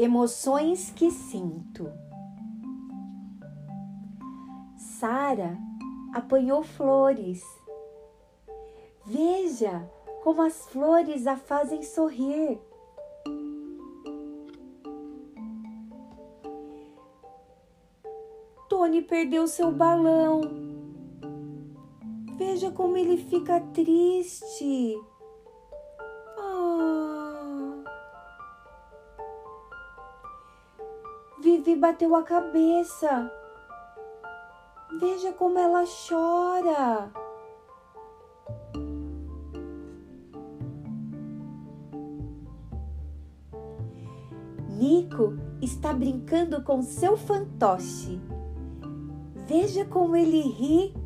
Emoções que sinto. Sara apanhou flores. Veja como as flores a fazem sorrir. Tony perdeu seu balão. Veja como ele fica triste. Vivi bateu a cabeça. Veja como ela chora. Nico está brincando com seu fantoche. Veja como ele ri